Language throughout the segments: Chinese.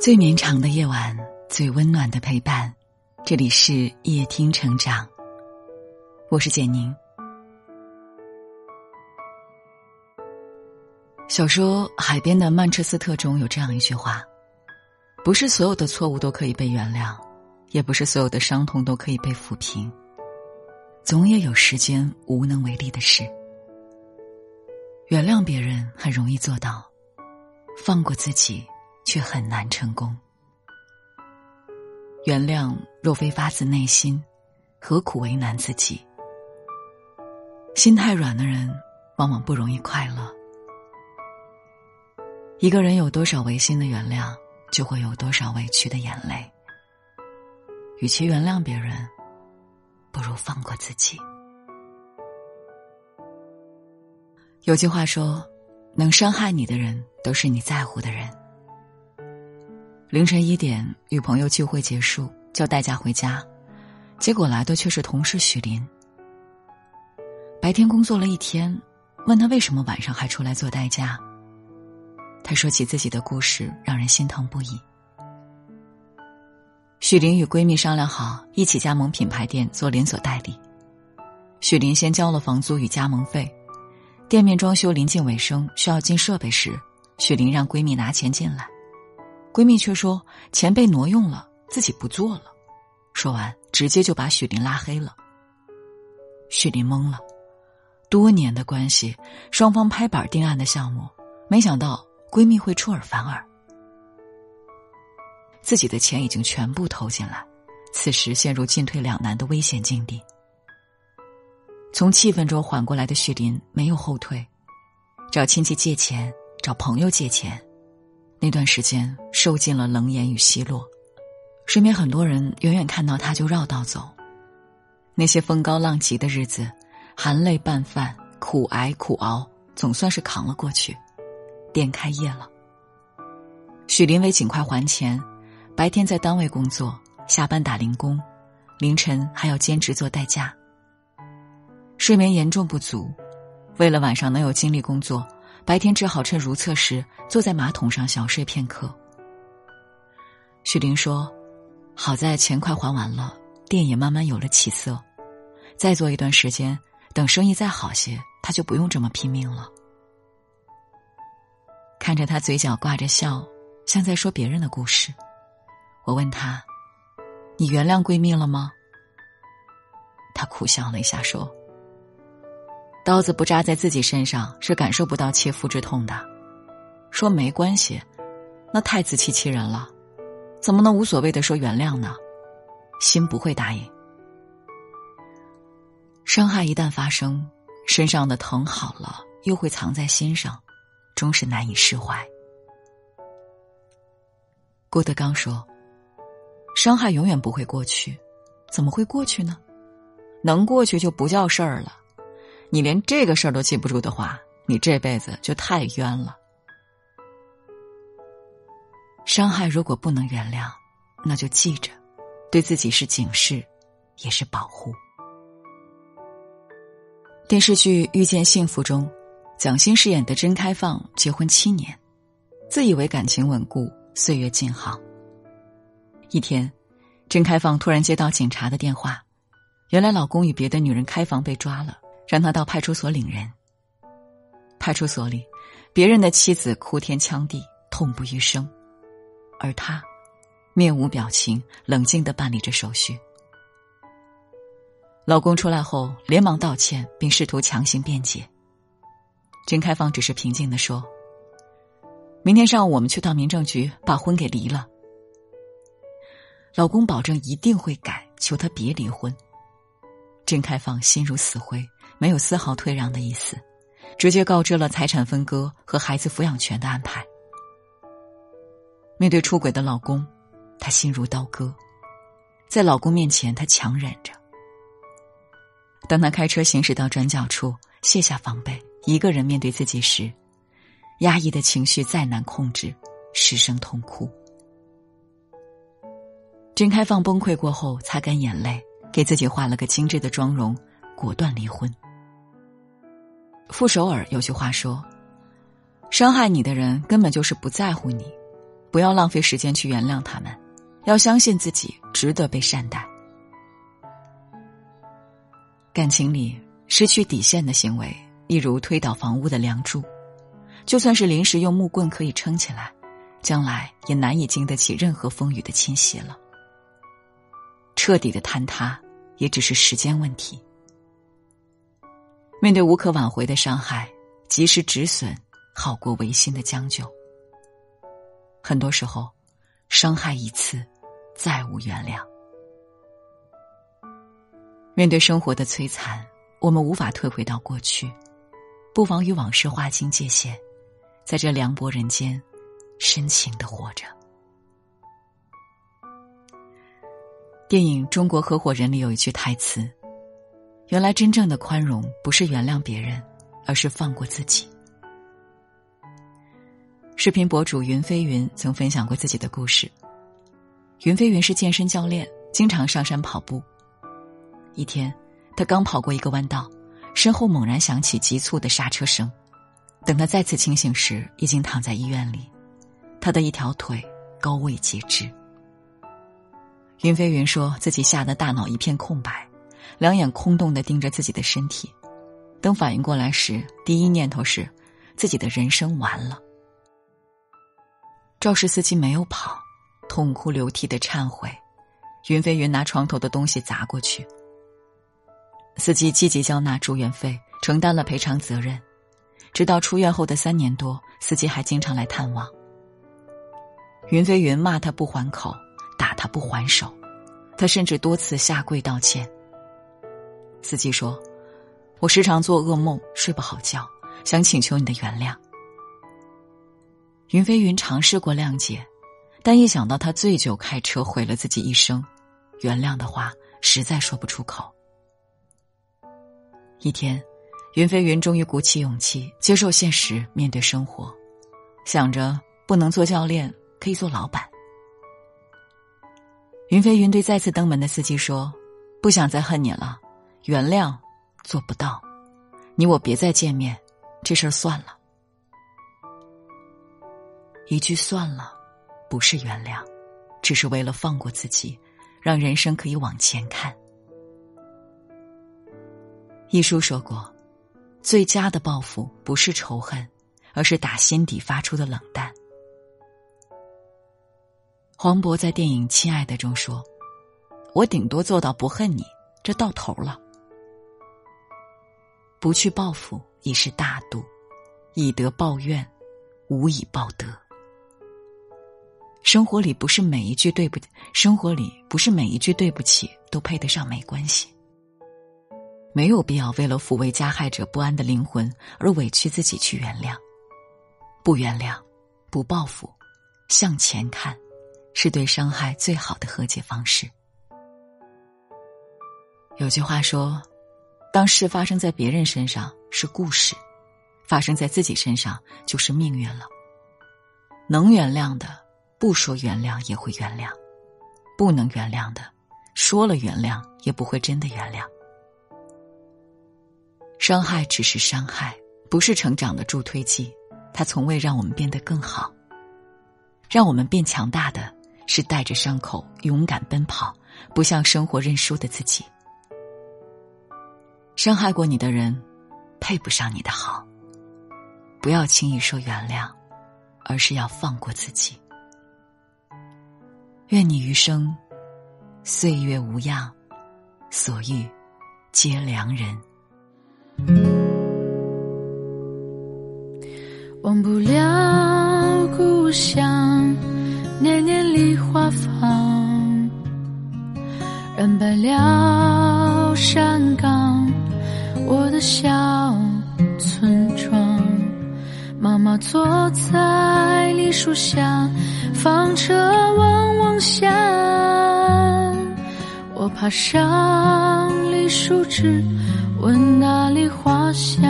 最绵长的夜晚，最温暖的陪伴。这里是夜听成长，我是简宁。小说《海边的曼彻斯特》中有这样一句话：不是所有的错误都可以被原谅，也不是所有的伤痛都可以被抚平，总也有时间无能为力的事。原谅别人很容易做到，放过自己却很难成功。原谅若非发自内心，何苦为难自己？心太软的人往往不容易快乐。一个人有多少违心的原谅，就会有多少委屈的眼泪。与其原谅别人，不如放过自己。有句话说，能伤害你的人都是你在乎的人。凌晨1点与朋友聚会结束，叫代驾回家，结果来的却是同事许林。白天工作了一天，问他为什么晚上还出来做代驾，他说起自己的故事，让人心疼不已。许林与闺蜜商量好，一起加盟品牌店做连锁代理。许林先交了房租与加盟费，店面装修临近尾声，需要进设备时，许林让闺蜜拿钱进来，闺蜜却说钱被挪用了，自己不做了。说完直接就把许林拉黑了。许林懵了，多年的关系，双方拍板定案的项目，没想到闺蜜会出尔反尔。自己的钱已经全部投进来，此时陷入进退两难的危险境地。从气愤中缓过来的许林没有后退，找亲戚借钱，找朋友借钱。那段时间受尽了冷眼与奚落，身边很多人远远看到他就绕道走。那些风高浪急的日子，含泪拌饭，苦挨苦熬，总算是扛了过去。店开业了，许林为尽快还钱，白天在单位工作，下班打零工，凌晨还要兼职做代驾。睡眠严重不足，为了晚上能有精力工作，白天只好趁如厕时坐在马桶上小睡片刻。许林说，好在钱快还完了，店也慢慢有了起色，再做一段时间，等生意再好些，他就不用这么拼命了。看着他嘴角挂着笑，像在说别人的故事，我问他，你原谅闺蜜了吗？他苦笑了一下说，刀子不扎在自己身上是感受不到切肤之痛的。说没关系，那太自欺欺人了，怎么能无所谓地说原谅呢？心不会答应。伤害一旦发生，身上的疼好了又会藏在心上，终是难以释怀。郭德纲说，伤害永远不会过去，怎么会过去呢？能过去就不叫事儿了。你连这个事儿都记不住的话，你这辈子就太冤了。伤害如果不能原谅，那就记着，对自己是警示，也是保护。电视剧《遇见幸福》中，蒋欣饰演的甄开放结婚7年，自以为感情稳固，岁月静好。一天，甄开放突然接到警察的电话，原来老公与别的女人开房被抓了，让他到派出所领人。派出所里，别人的妻子哭天抢地，痛不欲生，而他面无表情，冷静地办理着手续。老公出来后连忙道歉，并试图强行辩解。甄开放只是平静地说，明天上午我们去到民政局把婚给离了。老公保证一定会改，求他别离婚。甄开放心如死灰，没有丝毫退让的意思，直接告知了财产分割和孩子抚养权的安排。面对出轨的老公，她心如刀割，在老公面前她强忍着。当她开车行驶到转角处，卸下防备，一个人面对自己时，压抑的情绪再难控制，失声痛哭。甄开放崩溃过后擦干眼泪，给自己画了个精致的妆容，果断离婚。傅首尔有句话说，伤害你的人根本就是不在乎你， 不要浪费时间去原谅他们，要相信自己值得被善待。感情里失去底线的行为，一如推倒房屋的梁柱，就算是临时用木棍可以撑起来，将来也难以经得起任何风雨的侵袭了。彻底的坍塌也只是时间问题。面对无可挽回的伤害，及时止损好过违心的将就。很多时候，伤害一次，再无原谅。面对生活的摧残，我们无法退回到过去，不妨与往事划清界限，在这凉薄人间深情地活着。电影《中国合伙人》里有一句台词，原来真正的宽容不是原谅别人，而是放过自己。视频博主云飞云曾分享过自己的故事。云飞云是健身教练，经常上山跑步。一天，他刚跑过一个弯道，身后猛然响起急促的刹车声。等他再次清醒时，已经躺在医院里，他的一条腿高位截肢。云飞云说自己吓得大脑一片空白，两眼空洞地盯着自己的身体。等反应过来时，第一念头是自己的人生完了。肇事司机没有跑，痛哭流涕地忏悔。云飞云拿床头的东西砸过去。司机积极交纳住院费，承担了赔偿责任。直到出院后的3年多，司机还经常来探望。云飞云骂他不还口，打他不还手，他甚至多次下跪道歉。司机说，我时常做噩梦，睡不好觉，想请求你的原谅。云飞云尝试过谅解，但一想到他醉酒开车毁了自己一生，原谅的话实在说不出口。一天，云飞云终于鼓起勇气接受现实，面对生活，想着不能做教练，可以做老板。云飞云对再次登门的司机说，不想再恨你了，原谅做不到，你我别再见面，这事儿算了。一句算了不是原谅，只是为了放过自己，让人生可以往前看。一书说过，最佳的报复不是仇恨，而是打心底发出的冷淡。黄渤在电影《亲爱的》中说，我顶多做到不恨你，这到头了。不去报复已是大度，以德报怨，无以报德。生活里不是每一句对不起都配得上没关系。没有必要为了抚慰加害者不安的灵魂而委屈自己去原谅。不原谅，不报复，向前看，是对伤害最好的和解方式。有句话说，当事发生在别人身上是故事，发生在自己身上就是命运了。能原谅的，不说原谅也会原谅；不能原谅的，说了原谅也不会真的原谅。伤害只是伤害，不是成长的助推剂，它从未让我们变得更好。让我们变强大的是带着伤口勇敢奔跑，不向生活认输的自己。伤害过你的人配不上你的好，不要轻易说原谅，而是要放过自己。愿你余生岁月无恙，所遇皆良人。 忘不了故乡，年年梨花放，染白了山岗，我的小村庄。妈妈坐在梨树下，纺车嗡嗡响，我爬上梨树枝，闻那梨花香。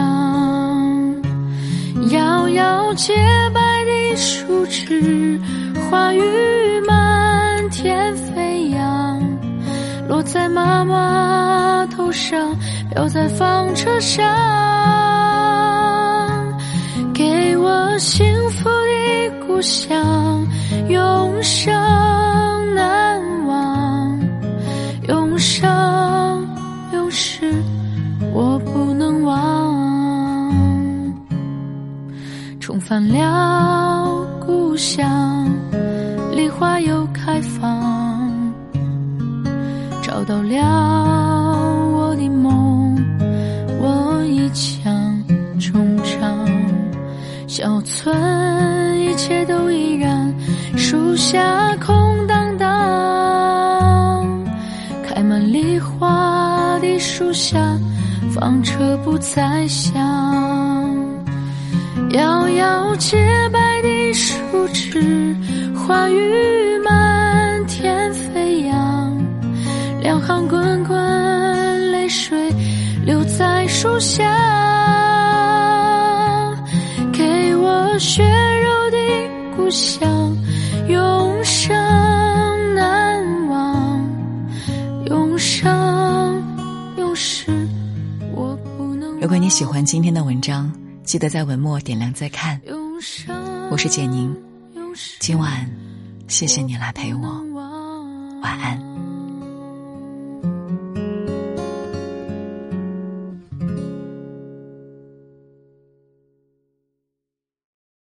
摇摇洁白的树枝，花雨满天飞扬，落在妈妈头上，飘在纺车上，给我幸福的故乡，永永生难忘，永生永世我不能忘。重返了故乡，梨花又开放，找到了我的梦，我一腔衷肠。小村一切都依然，树下空荡荡，开满梨花的树下，房车不再响。遥遥洁白的树枝，花雨满天飞扬，两行滚滚泪水流在树下，给我血肉的故乡，永生难忘，永生永世我不能忘。 如果你喜欢今天的文章，记得在文末点亮再看。我是简宁，今晚谢谢你来陪我，晚安。